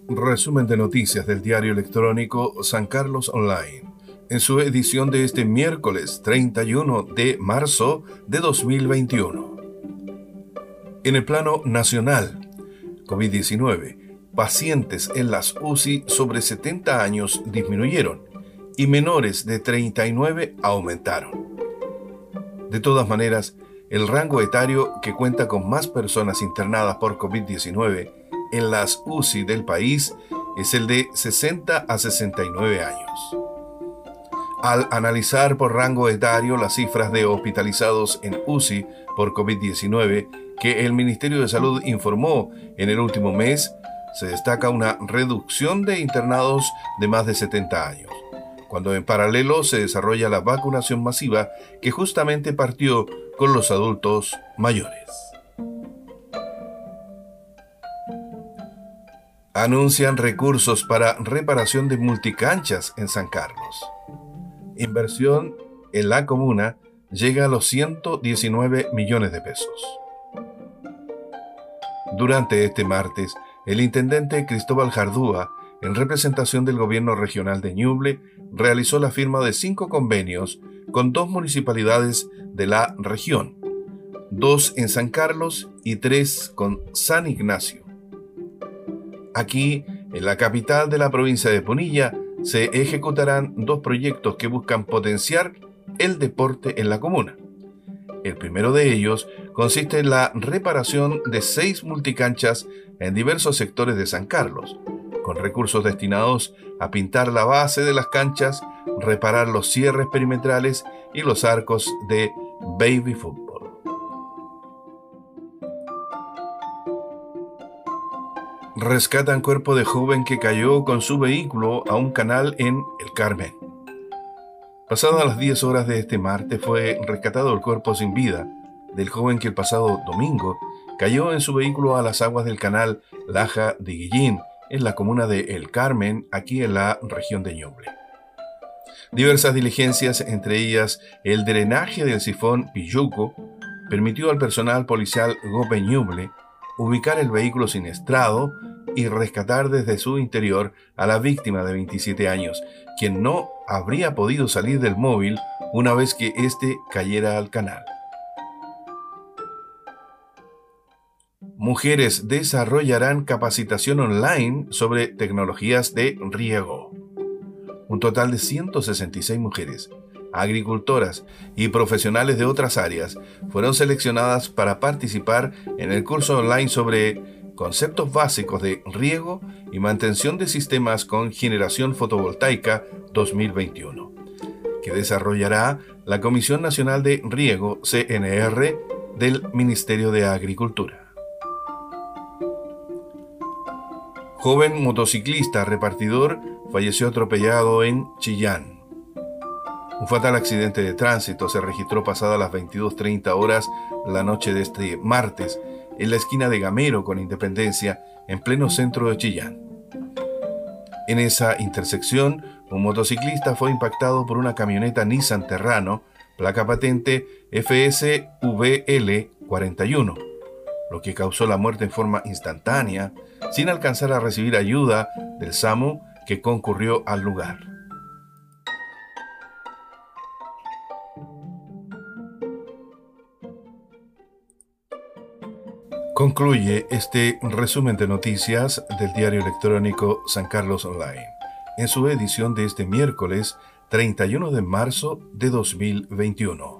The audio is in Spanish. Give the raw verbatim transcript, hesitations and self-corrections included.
Resumen de noticias del diario electrónico San Carlos Online, en su edición de este miércoles treinta y uno de marzo de dos mil veintiuno. En el plano nacional, COVID diecinueve, pacientes en las U C I sobre setenta años disminuyeron y menores de treinta y nueve aumentaron. De todas maneras, el rango etario que cuenta con más personas internadas por COVID diecinueve en las U C I del país es el de sesenta a sesenta y nueve años. Al analizar por rango etario las cifras de hospitalizados en U C I por COVID diecinueve que el Ministerio de Salud informó en el último mes, se destaca una reducción de internados de más de setenta años, cuando en paralelo se desarrolla la vacunación masiva que justamente partió con los adultos mayores. Anuncian recursos para reparación de multicanchas en San Carlos. Inversión en la comuna llega a los ciento diecinueve millones de pesos. Durante este martes, el intendente Cristóbal Jardúa, en representación del gobierno regional de Ñuble, realizó la firma de cinco convenios con dos municipalidades de la región, dos en San Carlos y tres con San Ignacio. Aquí, en la capital de la provincia de Punilla, se ejecutarán dos proyectos que buscan potenciar el deporte en la comuna. El primero de ellos consiste en la reparación de seis multicanchas en diversos sectores de San Carlos, con recursos destinados a pintar la base de las canchas, reparar los cierres perimetrales y los arcos de baby fútbol. Rescatan cuerpo de joven que cayó con su vehículo a un canal en El Carmen. Pasadas las diez horas de este martes fue rescatado el cuerpo sin vida del joven que el pasado domingo cayó en su vehículo a las aguas del canal Laja de Guillín, en la comuna de El Carmen, aquí en la región de Ñuble. Diversas diligencias, entre ellas el drenaje del sifón Pilluco, permitió al personal policial Gope Ñuble ubicar el vehículo siniestrado y rescatar desde su interior a la víctima de veintisiete años, quien no habría podido salir del móvil una vez que éste cayera al canal. Mujeres desarrollarán capacitación online sobre tecnologías de riego. Un total de ciento sesenta y seis mujeres, agricultoras y profesionales de otras áreas fueron seleccionadas para participar en el curso online sobre conceptos básicos de riego y mantención de sistemas con generación fotovoltaica dos mil veintiuno, que desarrollará la Comisión Nacional de Riego, C N R, del Ministerio de Agricultura. Joven motociclista repartidor falleció atropellado en Chillán. Un fatal accidente de tránsito se registró pasadas las veintidós treinta horas la noche de este martes en la esquina de Gamero con Independencia, en pleno centro de Chillán. En esa intersección, un motociclista fue impactado por una camioneta Nissan Terrano, placa patente F S V L cuarenta y uno, lo que causó la muerte en forma instantánea, sin alcanzar a recibir ayuda del SAMU que concurrió al lugar. Concluye este resumen de noticias del diario electrónico San Carlos Online, en su edición de este miércoles treinta y uno de marzo de dos mil veintiuno.